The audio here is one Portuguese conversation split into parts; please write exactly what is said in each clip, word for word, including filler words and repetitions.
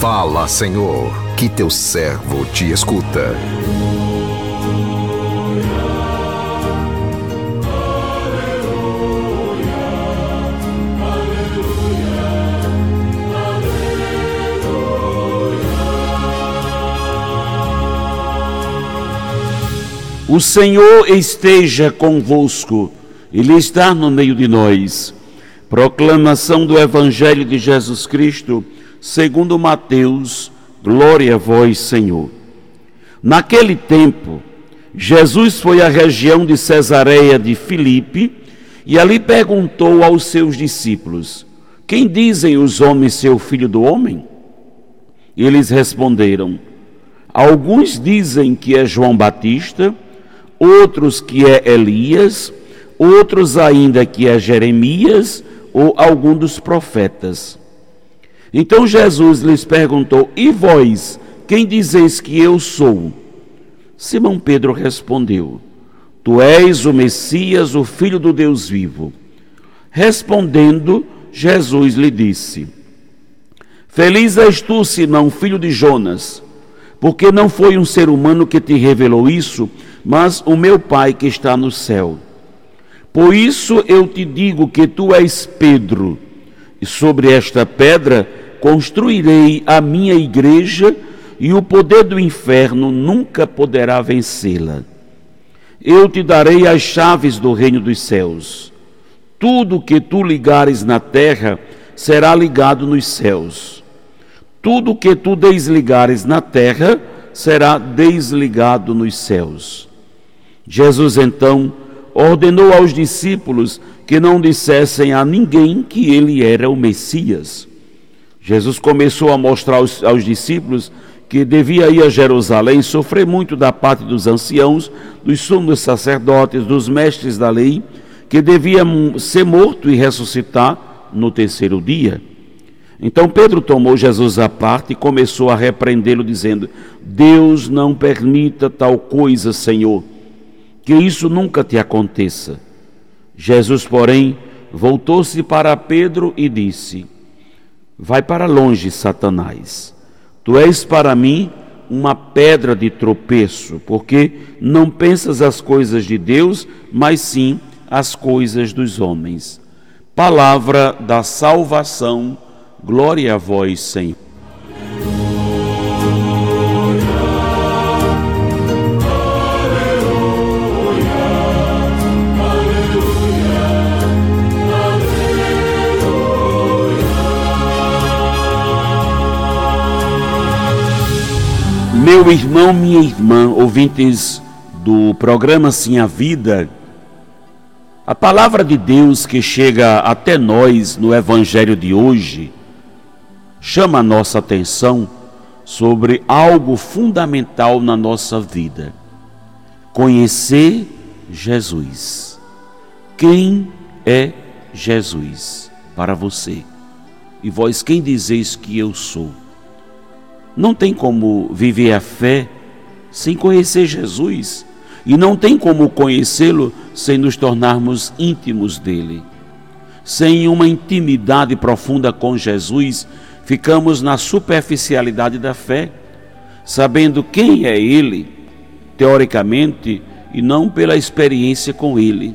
Fala, Senhor, que teu servo te escuta. O Senhor esteja convosco, Ele está no meio de nós. Proclamação do Evangelho de Jesus Cristo, segundo Mateus. Glória a vós, Senhor. Naquele tempo, Jesus foi à região de Cesareia de Filipe e ali perguntou aos seus discípulos: quem dizem os homens ser o Filho do Homem? Eles responderam: alguns dizem que é João Batista, outros que é Elias, outros ainda que é Jeremias ou algum dos profetas. Então Jesus lhes perguntou: e vós, quem dizeis que eu sou? Simão Pedro respondeu: tu és o Messias, o Filho do Deus vivo. Respondendo, Jesus lhe disse: feliz és tu, Simão, filho de Jonas, porque não foi um ser humano que te revelou isso, mas o meu Pai que está no céu. Por isso eu te digo que tu és Pedro, e sobre esta pedra construirei a minha igreja, e o poder do inferno nunca poderá vencê-la. Eu te darei as chaves do reino dos céus. Tudo que tu ligares na terra será ligado nos céus. Tudo que tu desligares na terra será desligado nos céus. Jesus então ordenou aos discípulos que não dissessem a ninguém que ele era o Messias. Jesus começou a mostrar aos, aos discípulos que devia ir a Jerusalém, sofrer muito da parte dos anciãos, dos sumos sacerdotes, dos mestres da lei, que devia ser morto e ressuscitar no terceiro dia. Então Pedro tomou Jesus à parte e começou a repreendê-lo, dizendo: Deus não permita tal coisa, Senhor, que isso nunca te aconteça. Jesus, porém, voltou-se para Pedro e disse: vai para longe, Satanás. Tu és para mim uma pedra de tropeço, porque não pensas as coisas de Deus, mas sim as coisas dos homens. Palavra da salvação. Glória a vós, Senhor. Meu irmão, minha irmã, ouvintes do programa Sim a Vida, a palavra de Deus que chega até nós no Evangelho de hoje chama a nossa atenção sobre algo fundamental na nossa vida: conhecer Jesus. Quem é Jesus para você? E vós, quem dizeis que eu sou? Não tem como viver a fé sem conhecer Jesus, e não tem como conhecê-lo sem nos tornarmos íntimos dele. Sem uma intimidade profunda com Jesus, ficamos na superficialidade da fé, sabendo quem é ele, teoricamente, e não pela experiência com ele.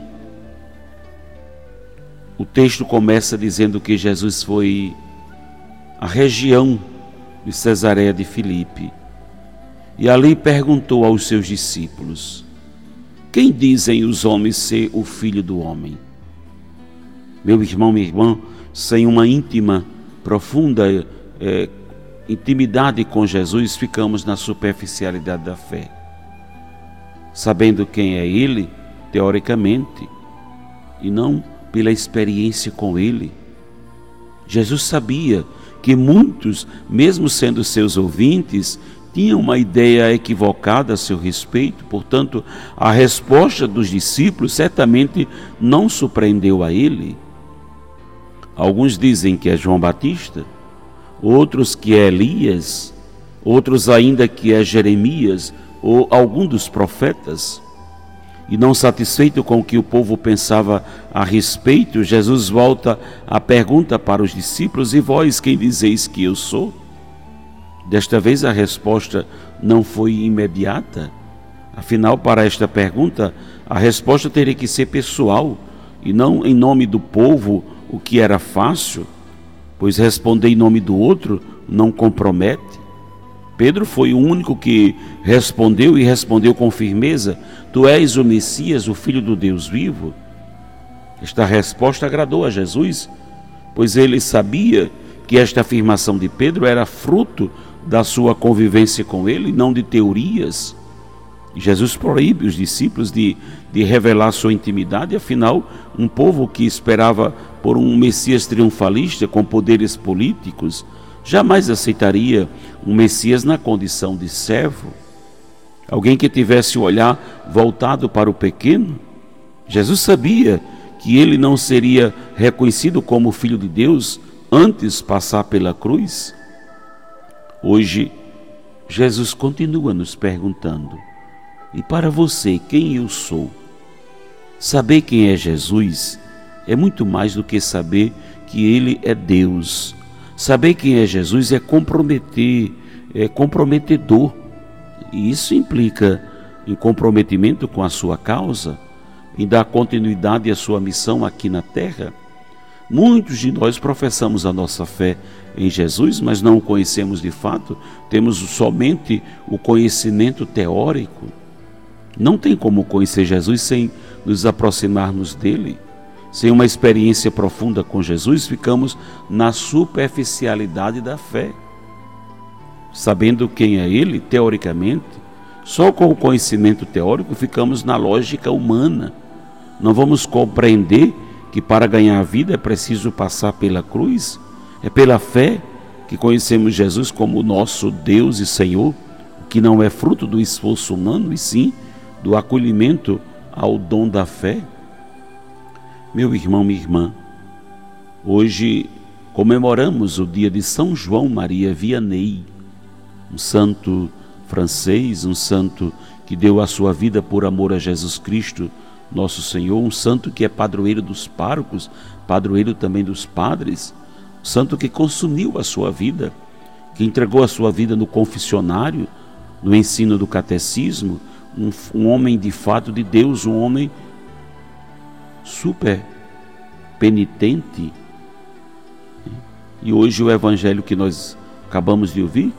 O texto começa dizendo que Jesus foi à região de Cesareia de Filipe, e ali perguntou aos seus discípulos: quem dizem os homens ser o Filho do Homem? Meu irmão, minha irmã, sem uma íntima, profunda é, intimidade com Jesus, ficamos na superficialidade da fé, sabendo quem é ele, teoricamente, e não pela experiência com ele. Jesus sabia que muitos, mesmo sendo seus ouvintes, tinham uma ideia equivocada a seu respeito. Portanto, a resposta dos discípulos certamente não surpreendeu a ele. Alguns dizem que é João Batista, outros que é Elias, outros ainda que é Jeremias ou algum dos profetas. E não satisfeito com o que o povo pensava a respeito, Jesus volta a pergunta para os discípulos: e vós, quem dizeis que eu sou? Desta vez a resposta não foi imediata. Afinal, para esta pergunta, a resposta teria que ser pessoal e não em nome do povo, o que era fácil, pois responder em nome do outro não compromete. Pedro foi o único que respondeu e respondeu com firmeza: Tu és o Messias, o Filho do Deus vivo. Esta resposta agradou a Jesus, pois ele sabia que esta afirmação de Pedro era fruto da sua convivência com ele, não de teorias. Jesus proíbe os discípulos de, de revelar sua intimidade, afinal, um povo que esperava por um Messias triunfalista com poderes políticos, jamais aceitaria um Messias na condição de servo. Alguém que tivesse o olhar voltado para o pequeno. Jesus sabia que ele não seria reconhecido como Filho de Deus antes passar pela cruz. Hoje, Jesus continua nos perguntando: e para você, quem eu sou? Saber quem é Jesus é muito mais do que saber que Ele é Deus. Saber quem é Jesus é comprometer, é comprometedor. E isso implica em comprometimento com a sua causa, em dar continuidade à sua missão aqui na terra. Muitos de nós professamos a nossa fé em Jesus, mas não o conhecemos de fato, temos somente o conhecimento teórico. Não tem como conhecer Jesus sem nos aproximarmos dele. Sem uma experiência profunda com Jesus, ficamos na superficialidade da fé. Sabendo quem é ele, teoricamente, só com o conhecimento teórico ficamos na lógica humana. Não vamos compreender que para ganhar a vida é preciso passar pela cruz. É pela fé que conhecemos Jesus como nosso Deus e Senhor, que não é fruto do esforço humano, e sim do acolhimento ao dom da fé. Meu irmão, minha irmã, hoje comemoramos o dia de São João Maria Vianney, um santo francês, um santo que deu a sua vida por amor a Jesus Cristo, nosso Senhor, um santo que é padroeiro dos párocos, padroeiro também dos padres, um santo que consumiu a sua vida, que entregou a sua vida no confessionário, no ensino do catecismo, um, um homem de fato de Deus, um homem super penitente. E hoje o evangelho que nós acabamos de ouvir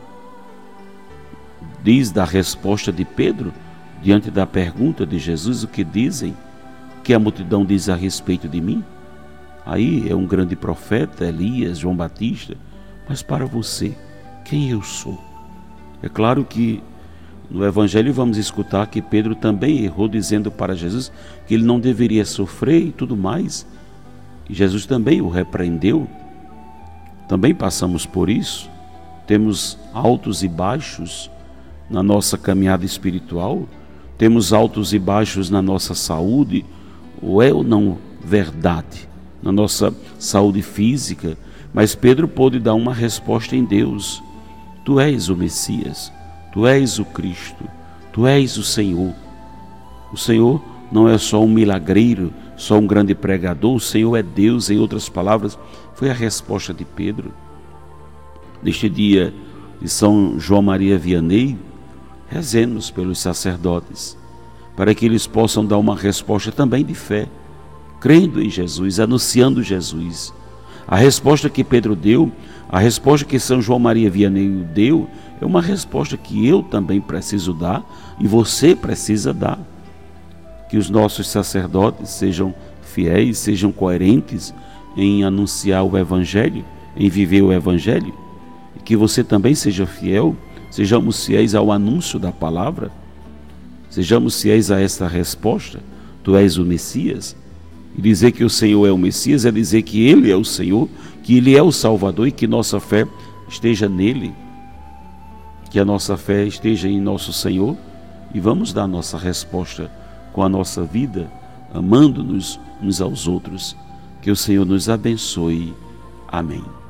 diz da resposta de Pedro diante da pergunta de Jesus: o que dizem? Que a multidão diz a respeito de mim? Aí é um grande profeta, Elias, João Batista. Mas para você, quem eu sou? É claro que no evangelho vamos escutar que Pedro também errou, dizendo para Jesus que ele não deveria sofrer e tudo mais. E Jesus também o repreendeu. Também passamos por isso. Temos altos e baixos na nossa caminhada espiritual. Temos altos e baixos na nossa saúde, ou é ou não verdade, na nossa saúde física. Mas Pedro pôde dar uma resposta em Deus: Tu és o Messias, Tu és o Cristo, Tu és o Senhor. O Senhor não é só um milagreiro, só um grande pregador, o Senhor é Deus. Em outras palavras, foi a resposta de Pedro. Neste dia de São João Maria Vianney, rezemos pelos sacerdotes, para que eles possam dar uma resposta também de fé, crendo em Jesus, anunciando Jesus. A resposta que Pedro deu, a resposta que São João Maria Vianney deu, é uma resposta que eu também preciso dar e você precisa dar. Que os nossos sacerdotes sejam fiéis, sejam coerentes em anunciar o Evangelho, em viver o Evangelho, e que você também seja fiel. Sejamos fiéis ao anúncio da palavra, sejamos fiéis a esta resposta: Tu és o Messias. E dizer que o Senhor é o Messias é dizer que Ele é o Senhor, que Ele é o Salvador e que nossa fé esteja nele, que a nossa fé esteja em nosso Senhor, e vamos dar nossa resposta com a nossa vida, amando-nos uns aos outros. Que o Senhor nos abençoe. Amém.